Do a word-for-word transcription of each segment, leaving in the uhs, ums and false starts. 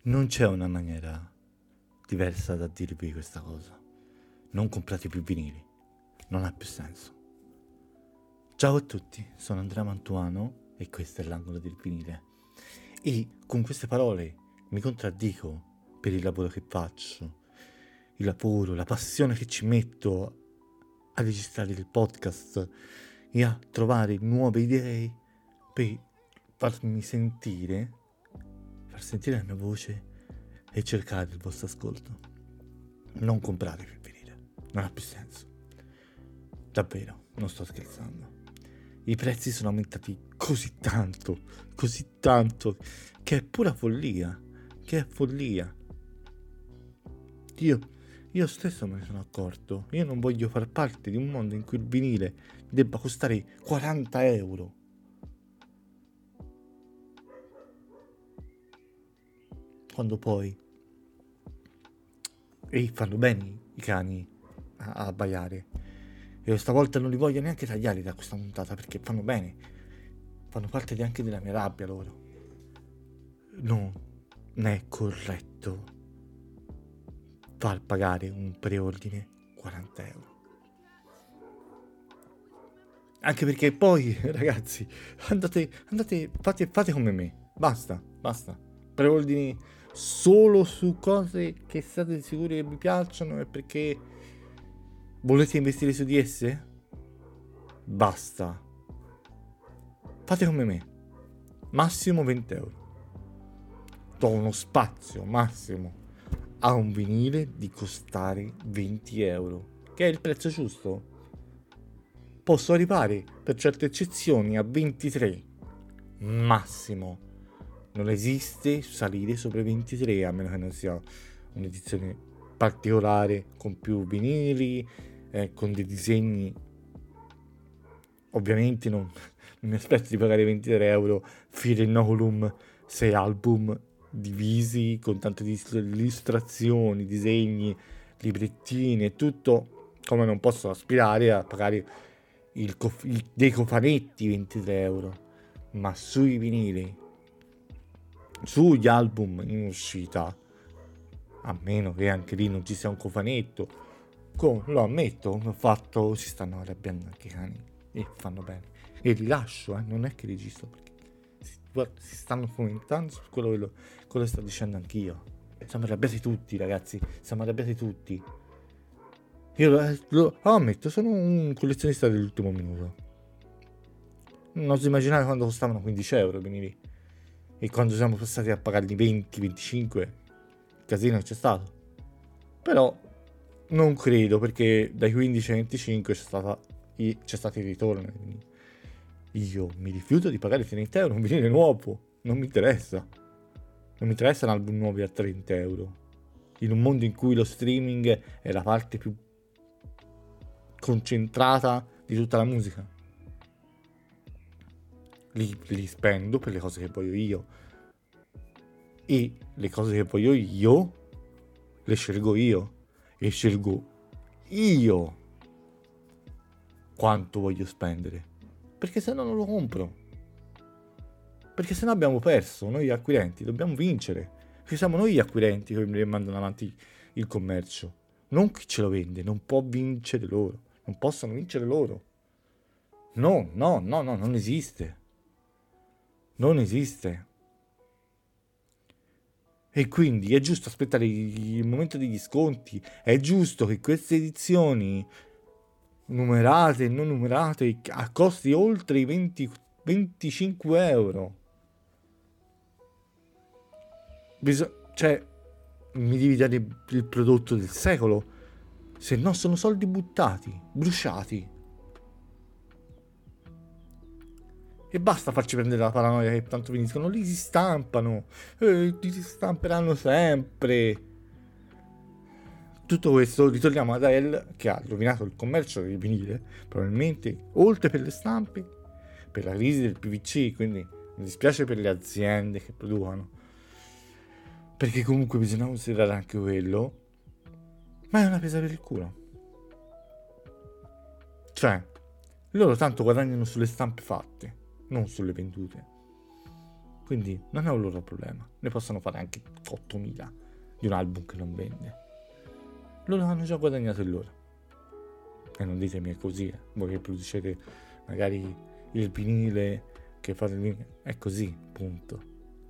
Non c'è una maniera diversa da dirvi questa cosa. Non comprate più vinili, non ha più senso. Ciao a tutti, sono Andrea Mantuano e questo è l'angolo del vinile. E con queste parole mi contraddico per il lavoro che faccio, il lavoro, la passione che ci metto a registrare il podcast e a trovare nuove idee per farmi sentire, far sentire la mia voce e cercare il vostro ascolto. Non comprate più vinile, non ha più senso. Davvero, non sto scherzando. I prezzi sono aumentati così tanto, così tanto, che è pura follia, che è follia. Io, io stesso me ne sono accorto. Io non voglio far parte di un mondo in cui il vinile debba costare quaranta euro. Quando poi... E fanno bene i cani a, a abbaiare. E stavolta non li voglio neanche tagliare da questa puntata perché fanno bene. Fanno parte anche della mia rabbia loro. Non è corretto far pagare un preordine quaranta euro. Anche perché poi, ragazzi, andate, andate, fate, fate come me. Basta, basta. Preordini solo su cose che siete sicuri che vi piacciono e perché volete investire su di esse? Basta. Fate come me. Massimo venti euro. Do uno spazio massimo a un vinile di costare venti euro, che è il prezzo giusto. Posso arrivare, per certe eccezioni, a ventitré. Massimo. Non esiste salire sopra i ventitré, a meno che non sia un'edizione particolare, con più vinili, eh, con dei disegni. Ovviamente non, non mi aspetto di pagare ventitré euro Fire Inoculum, sei album divisi con tante illustrazioni, disegni, librettini e tutto, come non posso aspirare a pagare il cof- il, dei cofanetti ventitré euro, ma sui vinili, sugli album in uscita, a meno che anche lì non ci sia un cofanetto, con, lo ammetto, ho fatto, si stanno arrabbiando anche i cani e fanno bene, e li lascio, eh, non è che registro perché si, guarda, si stanno commentando su quello che, lo, quello che sto dicendo anch'io. Siamo arrabbiati tutti, ragazzi, siamo arrabbiati tutti. Io lo, lo oh, ammetto, sono un collezionista dell'ultimo minuto. Non oso immaginare quando costavano quindici euro vinili e quando siamo passati a pagarli venti venticinque, il casino c'è stato. Però non credo, perché dai quindici ai venticinque c'è stata c'è stato il ritorno. Io mi rifiuto di pagare trenta euro un vinile nuovo, non mi interessa. Non mi interessa un album nuovo a trenta euro. In un mondo in cui lo streaming è la parte più concentrata di tutta la musica. Li, li spendo per le cose che voglio io. E le cose che voglio io le scelgo io. E scelgo io quanto voglio spendere, perché se no non lo compro, perché se no abbiamo perso noi acquirenti, dobbiamo vincere, perché siamo noi gli acquirenti che mandano avanti il commercio, non chi ce lo vende. Non può vincere loro, non possono vincere loro, no, no, no, no, non esiste, non esiste. E quindi è giusto aspettare il momento degli sconti, è giusto che queste edizioni numerate e non numerate a costi oltre i venti venticinque euro. Biso- cioè, mi devi dare il prodotto del secolo, se no sono soldi buttati, bruciati. E basta farci prendere la paranoia che tanto finiscono, li si stampano, eh, li si stamperanno sempre. Tutto questo ritorniamo ad Adele, che ha rovinato il commercio del vinile, probabilmente, oltre per le stampe, per la crisi del P V C, quindi mi dispiace per le aziende che producono, perché comunque bisogna considerare anche quello, ma è una presa per il culo. Cioè, loro tanto guadagnano sulle stampe fatte, non sulle vendute. Quindi non è un loro problema. Ne possono fare anche ottomila di un album che non vende. Loro hanno già guadagnato il loro. E non ditemi è così, eh. Voi che producete magari il vinile, che fate il vinile, è così, punto.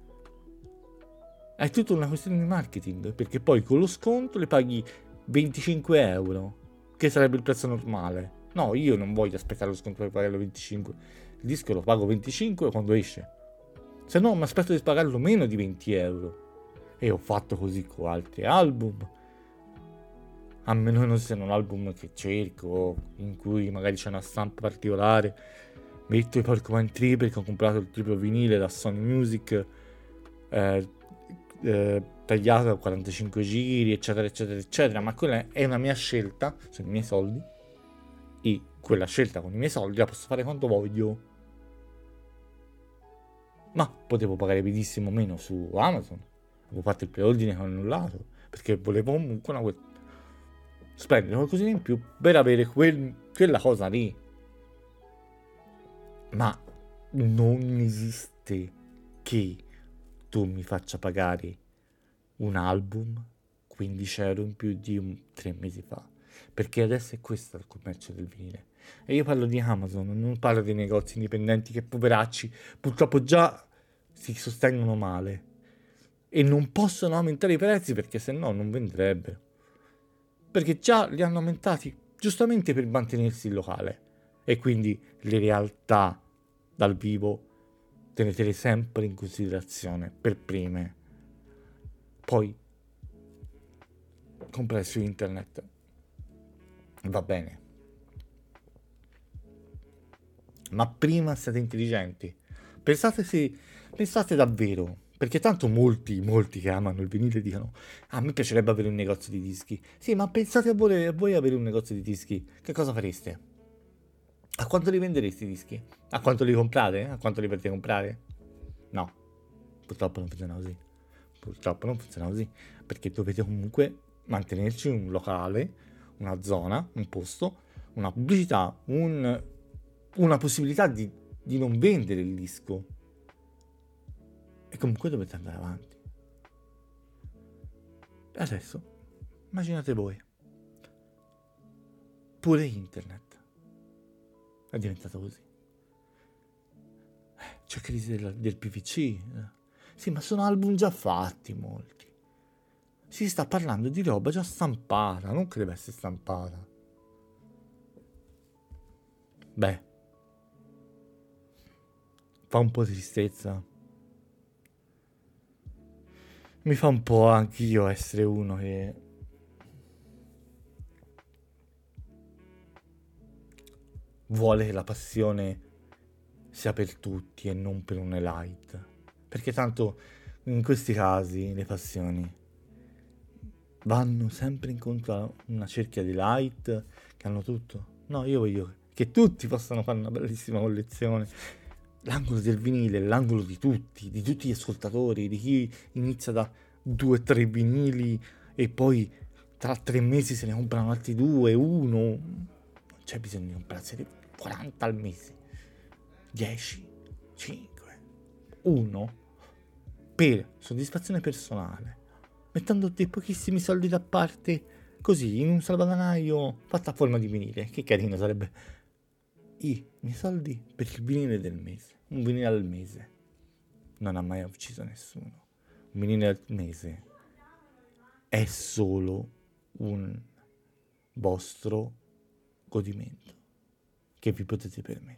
È tutta una questione di marketing, perché poi con lo sconto le paghi venticinque euro, che sarebbe il prezzo normale. No, io non voglio aspettare lo sconto per pagarlo venticinque. Il disco lo pago venticinque quando esce. Se no mi aspetto di pagarlo meno di venti euro. E ho fatto così con altri album. A meno non siano un album che cerco, in cui magari c'è una stampa particolare. Metto il Porcupine Tree perché ho comprato il triplo vinile da Sony Music, eh, eh, tagliato a quarantacinque giri, eccetera, eccetera, eccetera. Ma quella è una mia scelta, sono i miei soldi. E quella scelta con i miei soldi la posso fare quando voglio. Ma potevo pagare benissimo meno su Amazon. Avevo fatto il preordine che ho annullato perché volevo comunque una que- spendere qualcosina in più per avere quel, quella cosa lì. Ma non esiste che tu mi faccia pagare un album quindici euro in più di un, tre mesi fa, perché adesso è questo il commercio del vinile. E io parlo di Amazon, non parlo dei negozi indipendenti che poveracci purtroppo già si sostengono male e non possono aumentare i prezzi perché se no non venderebbero, perché già li hanno aumentati giustamente per mantenersi il locale. E quindi le realtà dal vivo tenetele sempre in considerazione per prime. Poi comprare su internet va bene, ma prima siate intelligenti, pensate se pensate davvero, perché tanto molti molti che amano il vinile dicono ah, a me piacerebbe avere un negozio di dischi. Sì, ma pensate a voi, a voi avere un negozio di dischi, che cosa fareste? A quanto li vendereste i dischi? A quanto li comprate? A quanto li potete comprare? No, purtroppo non funziona così. Purtroppo non funziona così, perché dovete comunque mantenerci un locale, una zona, un posto, una pubblicità, un, una possibilità di, di non vendere il disco. E comunque dovete andare avanti. E adesso, immaginate voi, pure internet è diventato così. C'è crisi del, del P V C. Sì, ma sono album già fatti molti. Si sta parlando di roba già stampata, non che deve essere stampata. Beh, fa un po' tristezza. Mi fa un po' anch'io essere uno che vuole che la passione sia per tutti e non per un'elite. Perché tanto in questi casi le passioni vanno sempre incontro a una cerchia di light che hanno tutto. No, io voglio che tutti possano fare una bellissima collezione. L'angolo del vinile è l'angolo di tutti, di tutti gli ascoltatori, di chi inizia da due o tre vinili e poi tra tre mesi se ne comprano altri due, uno. Non c'è bisogno di comprarsi quaranta al mese, dieci, cinque, uno per soddisfazione personale, mettendo dei pochissimi soldi da parte così in un salvadanaio fatto a forma di vinile. Che carino sarebbe. I miei soldi per il vinile del mese, un vinile al mese non ha mai ucciso nessuno. Un vinile al mese è solo un vostro godimento che vi potete permettere,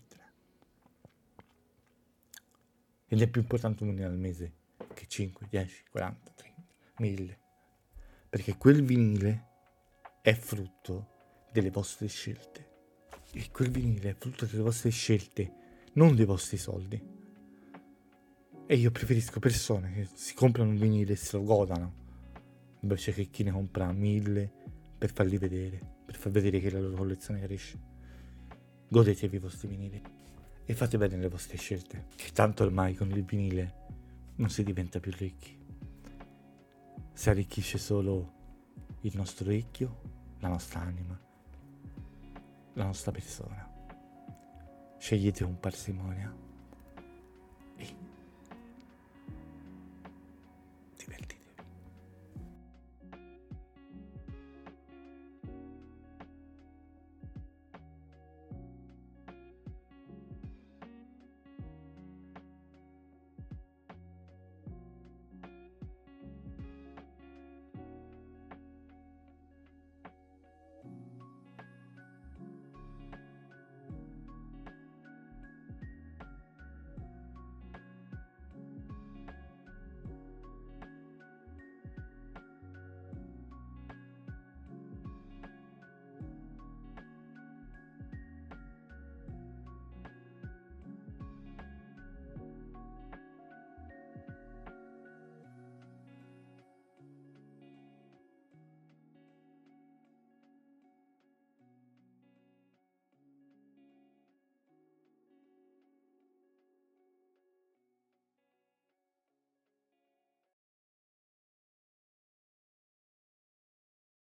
ed è più importante un vinile al mese che cinque, dieci, quaranta, trenta, mille, perché quel vinile è frutto delle vostre scelte. E quel vinile è frutto delle vostre scelte, non dei vostri soldi. E io preferisco persone che si comprano un vinile e se lo godano, invece che chi ne compra mille per farli vedere, per far vedere che la loro collezione cresce. Godetevi i vostri vinili e fate bene le vostre scelte, che tanto ormai con il vinile non si diventa più ricchi. Si arricchisce solo il nostro orecchio, la nostra anima, la nostra persona. Scegliete con parsimonia.